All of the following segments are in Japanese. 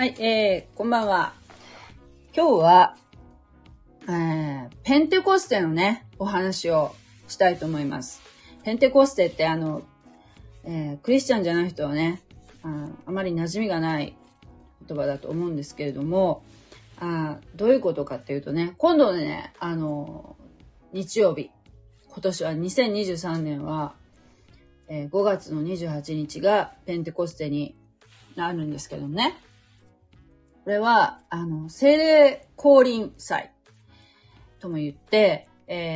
はい、こんばんは。今日は、ペンテコステのね、お話をしたいと思います。ペンテコステってクリスチャンじゃない人はね、あまり馴染みがない言葉だと思うんですけれども、どういうことかっていうとね、今度ね、日曜日、今年は2023年は、5月の28日がペンテコステになるんですけどね。これは、聖霊降臨祭とも言って、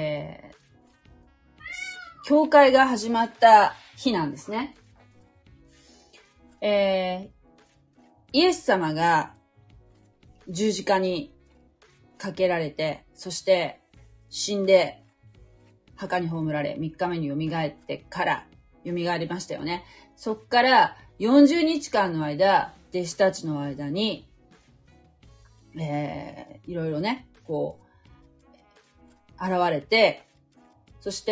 教会が始まった日なんですね。イエス様が十字架にかけられて、そして死んで墓に葬られ、3日目に蘇ってから蘇りましたよね。そっから40日間の間、弟子たちの間に、いろいろね、現れて、そして、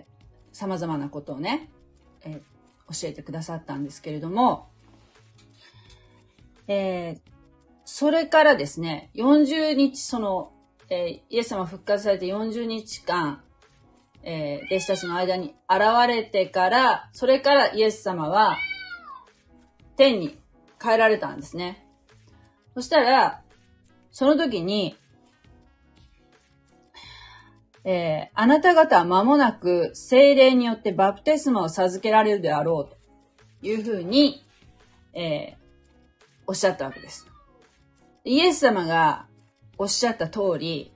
様々なことをね、教えてくださったんですけれども、それからですね、40日、イエス様復活されて40日間、弟子たちの間に現れてから、それからイエス様は天に帰られたんですね。そしたら、その時に、あなた方は間もなく聖霊によってバプテスマを授けられるであろうというふうに、おっしゃったわけです。イエス様がおっしゃった通り、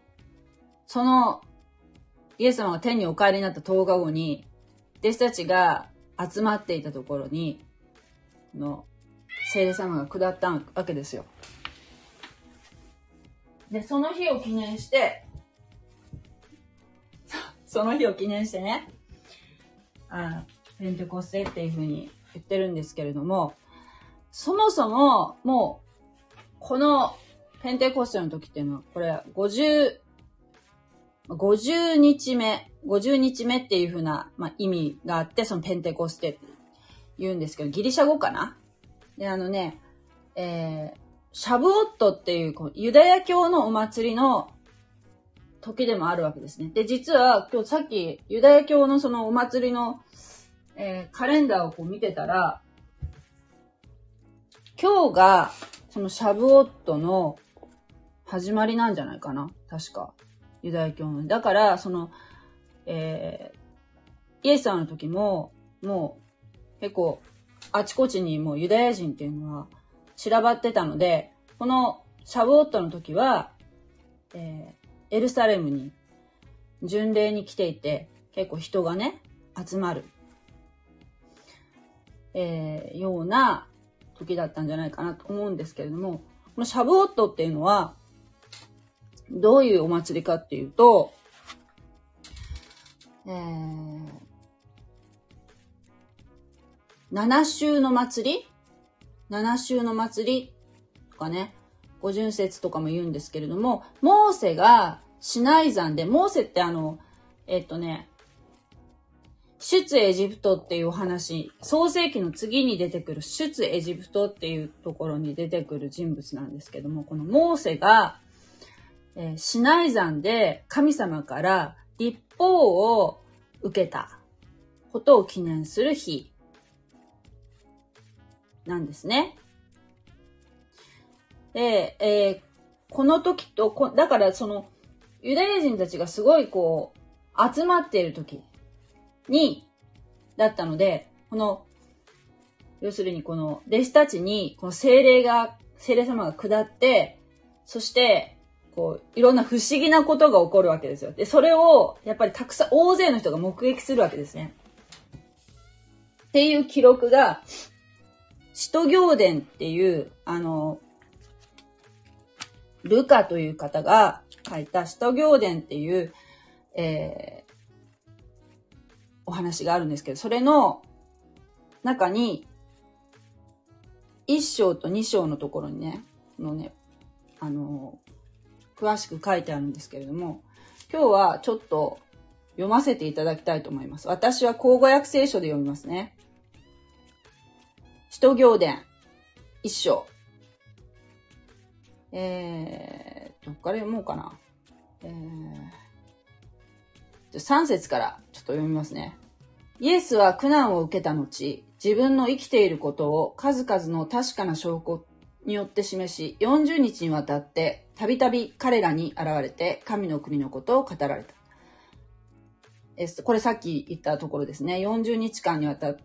イエス様が天にお帰りになった10日後に、弟子たちが集まっていたところに、聖霊様が下ったわけですよ。で、その日を記念してね、ペンテコステっていう風に言ってるんですけれども、そもそももう、このペンテコステの時っていうのは、これは50日目っていう風な、意味があって、そのペンテコステって言うんですけど、ギリシャ語かな？で、シャブオットっていうユダヤ教のお祭りの時でもあるわけですね。で、実は今日さっきユダヤ教のそのお祭りの、カレンダーを見てたら、今日がそのシャブオットの始まりなんじゃないかな、確か。ユダヤ教の。だから、イエス様の時も、もう結構あちこちにもうユダヤ人っていうのは散らばってたので、このシャブオットの時は、エルサレムに巡礼に来ていて、結構人がね、集まる、ような時だったんじゃないかなと思うんですけれども、このシャブオットっていうのは、どういうお祭りかっていうと、7週の祭りとかね、五巡節とかも言うんですけれども、モーセがシナイ山で、モーセって出エジプトっていうお話、創世記の次に出てくる出エジプトっていうところに出てくる人物なんですけども、このモーセが、シナイ山で神様から律法を受けたことを記念する日なんですね。で、この時と、だからユダヤ人たちがすごい集まっている時だったので、要するにこの弟子たちに、この聖霊様が下って、そして、いろんな不思議なことが起こるわけですよ。で、それを、やっぱり大勢の人が目撃するわけですね。っていう記録が、使徒行伝っていう、ルカという方が書いた使徒行伝っていう、お話があるんですけど、それの中に、1章と2章のところにね、詳しく書いてあるんですけれども、今日はちょっと読ませていただきたいと思います。私は口語訳聖書で読みますね。使徒行伝1章どっから読もうかな。3節からちょっと読みますね。イエスは苦難を受けた後、自分の生きていることを数々の確かな証拠によって示し、40日にわたってたびたび彼らに現れて神の国のことを語られた。これさっき言ったところですね。40日間にわたって、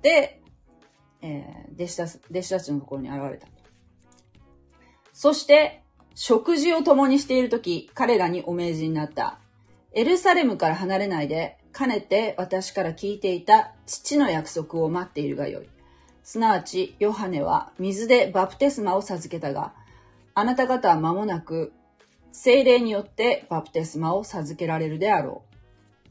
弟子たちのところに現れた。そして、食事を共にしているとき、彼らにお命じになった。エルサレムから離れないで、かねて私から聞いていた父の約束を待っているがよい。すなわち、ヨハネは水でバプテスマを授けたが、あなた方は間もなく、聖霊によってバプテスマを授けられるであろう。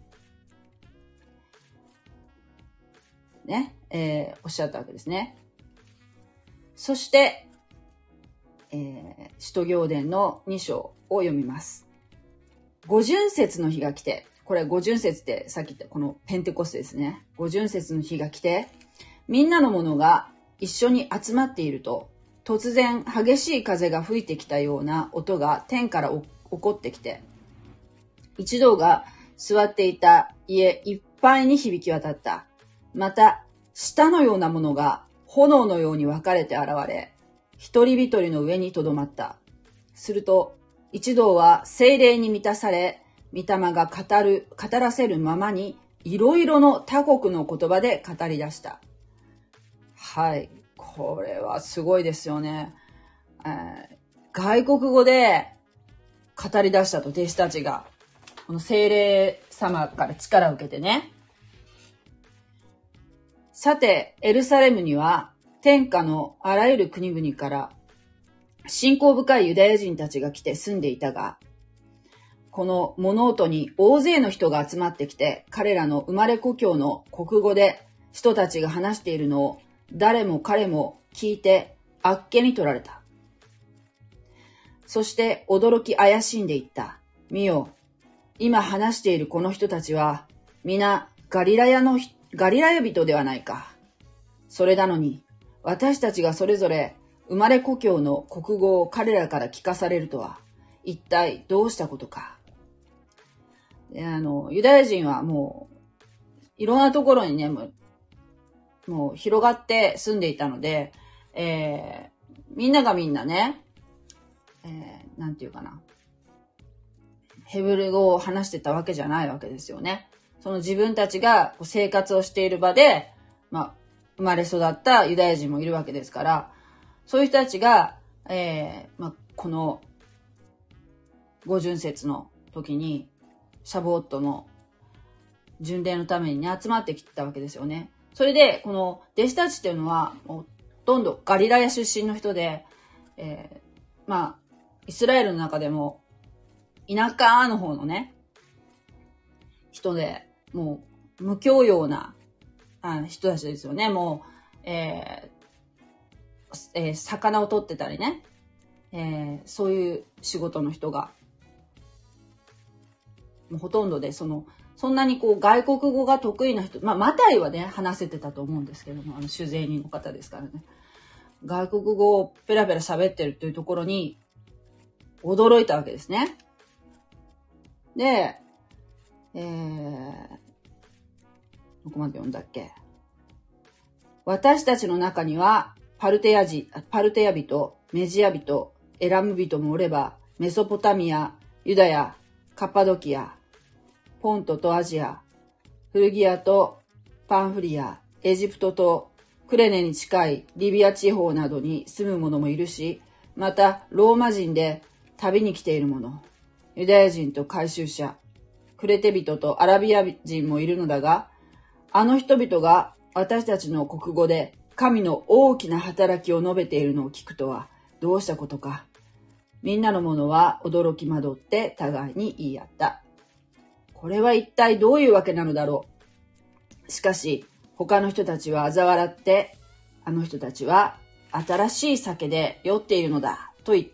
ね、おっしゃったわけですね。そして、使徒行伝の2章を読みます。五巡節の日が来て、これ五巡節ってさっき言ったこのペンテコステですね。五巡節の日が来て、みんなの者が一緒に集まっていると、突然激しい風が吹いてきたような音が天から起こってきて、一同が座っていた家いっぱいに響き渡った。また、舌のようなものが炎のように分かれて現れ、一人一人の上にとどまった。すると、一同は聖霊に満たされ、御霊が語らせるままに、いろいろの他国の言葉で語り出した。はい。これはすごいですよね。外国語で語り出したと、弟子たちが。この聖霊様から力を受けてね。さて、エルサレムには天下のあらゆる国々から信仰深いユダヤ人たちが来て住んでいたが、この物音に大勢の人が集まってきて、彼らの生まれ故郷の国語で人たちが話しているのを誰も彼も聞いてあっけに取られた。そして驚き怪しんでいった。見よ、今話しているこの人たちは皆ガリラヤ人ではないか。それなのに私たちがそれぞれ生まれ故郷の国語を彼らから聞かされるとは一体どうしたことか。ユダヤ人はもういろんなところにね、もう広がって住んでいたので、みんながみんなね、なんていうかな、ヘブル語を話してたわけじゃないわけですよね。その自分たちが生活をしている場で、生まれ育ったユダヤ人もいるわけですから、そういう人たちが、この五巡節の時にシャボットの巡礼のためにね、集まってきたわけですよね。それで、この弟子たちっていうのは、ほとんどガリラヤ出身の人で、イスラエルの中でも、田舎の方のね、人で、もう、無教養な人たちですよね。もう、魚を取ってたりね、そういう仕事の人が、もうほとんどで、そんなにこう外国語が得意な人、マタイはね、話せてたと思うんですけども、酒税人の方ですからね。外国語をペラペラ喋ってるというところに、驚いたわけですね。で、どこまで読んだっけ？私たちの中には、パルテヤ人、メジア人、エラム人もおれば、メソポタミア、ユダヤ、カッパドキア、ポントとアジア、フルギアとパンフリア、エジプトとクレネに近いリビア地方などに住む者もいるし、またローマ人で旅に来ている者、ユダヤ人と改宗者、クレテ人とアラビア人もいるのだが、あの人々が私たちの国語で神の大きな働きを述べているのを聞くとはどうしたことか。みんなの者は驚き惑って互いに言い合った。これは一体どういうわけなのだろう。しかし他の人たちは嘲笑って、あの人たちは新しい酒で酔っているのだと言った。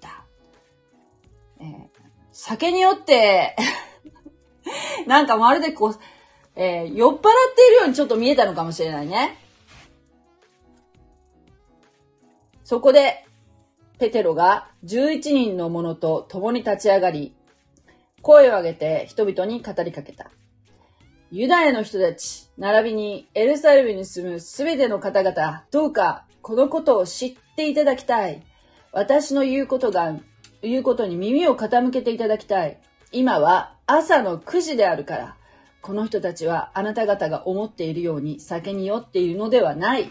酒に酔ってなんかまるでこう、酔っ払っているようにちょっと見えたのかもしれないね。そこでペテロが11人の者と共に立ち上がり、声を上げて人々に語りかけた。ユダヤの人たち、並びにエルサレムに住むすべての方々、どうかこのことを知っていただきたい。私の言うことに耳を傾けていただきたい。今は朝の9時であるから、この人たちはあなた方が思っているように酒に酔っているのではない。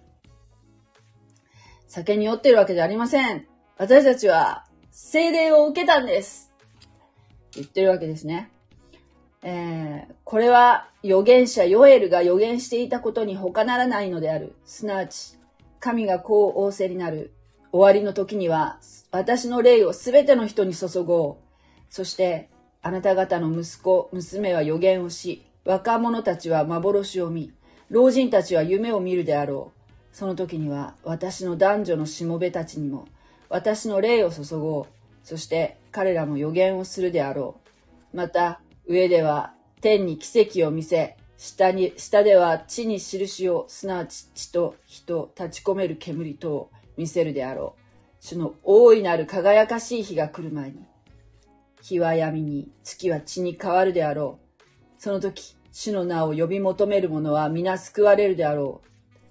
酒に酔っているわけではありません。私たちは聖霊を受けたんです。言ってるわけですね。これは預言者ヨエルが預言していたことに他ならないのである。すなわち、神がこう仰せになる。終わりの時には、私の霊をすべての人に注ごう。そして、あなた方の息子、娘は預言をし、若者たちは幻を見、老人たちは夢を見るであろう。その時には、私の男女のしもべたちにも、私の霊を注ごう。そして、彼らも預言をするであろう。また、上では天に奇跡を見せ、下では地に印を、すなわち地と火と立ち込める煙とを見せるであろう。主の大いなる輝かしい日が来る前に、日は闇に、月は血に変わるであろう。その時、主の名を呼び求める者は皆救われるであろう。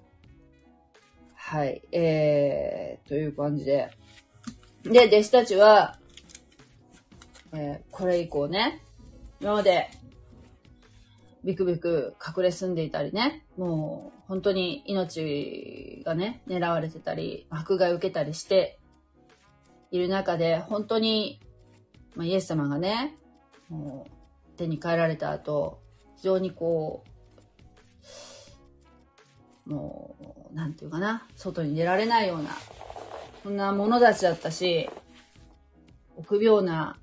はい、という感じで。で、弟子たちは、これ以降ね、今までビクビク隠れ住んでいたりね、もう本当に命がね、狙われてたり、迫害を受けたりしている中で、本当に、イエス様がね、もう手に帰られた後、非常にこう、もう、なんていうかな、外に出られないような、そんな者たちだったし、臆病な、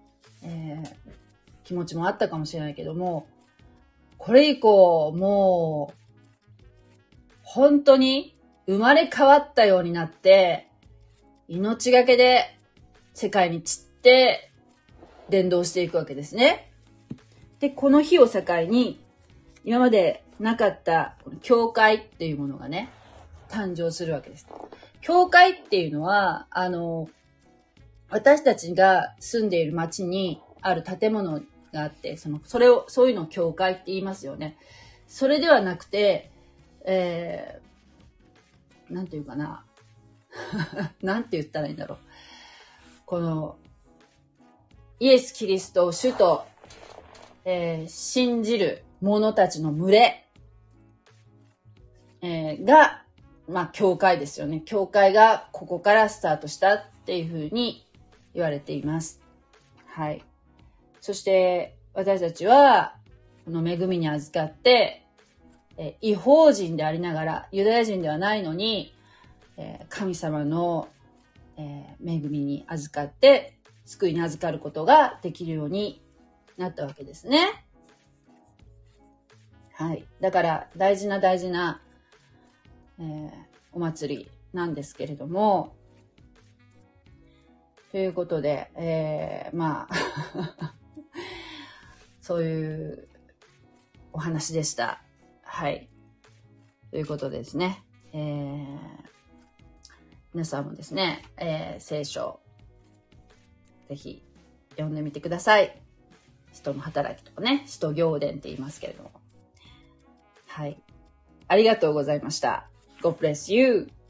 気持ちもあったかもしれないけども、これ以降、もう、本当に生まれ変わったようになって、命がけで世界に散って伝道していくわけですね。で、この日を境に、今までなかった教会っていうものがね、誕生するわけです。教会っていうのは、私たちが住んでいる町にある建物があって、そういうのを教会って言いますよね。それではなくて、なんていうかな。なんて言ったらいいんだろう。この、イエス・キリストを主と、信じる者たちの群れ、が、教会ですよね。教会がここからスタートしたっていうふうに言われています。はい。そして、私たちは、この恵みに預かって、異邦人でありながら、ユダヤ人ではないのに、神様の、恵みに預かって、救いに預かることができるようになったわけですね。はい。だから、大事な、お祭りなんですけれども、ということで、そういうお話でした。はい。ということでですね。皆さんもですね、聖書、ぜひ読んでみてください。使徒の働きとかね、使徒行伝って言いますけれども。はい。ありがとうございました。God bless you!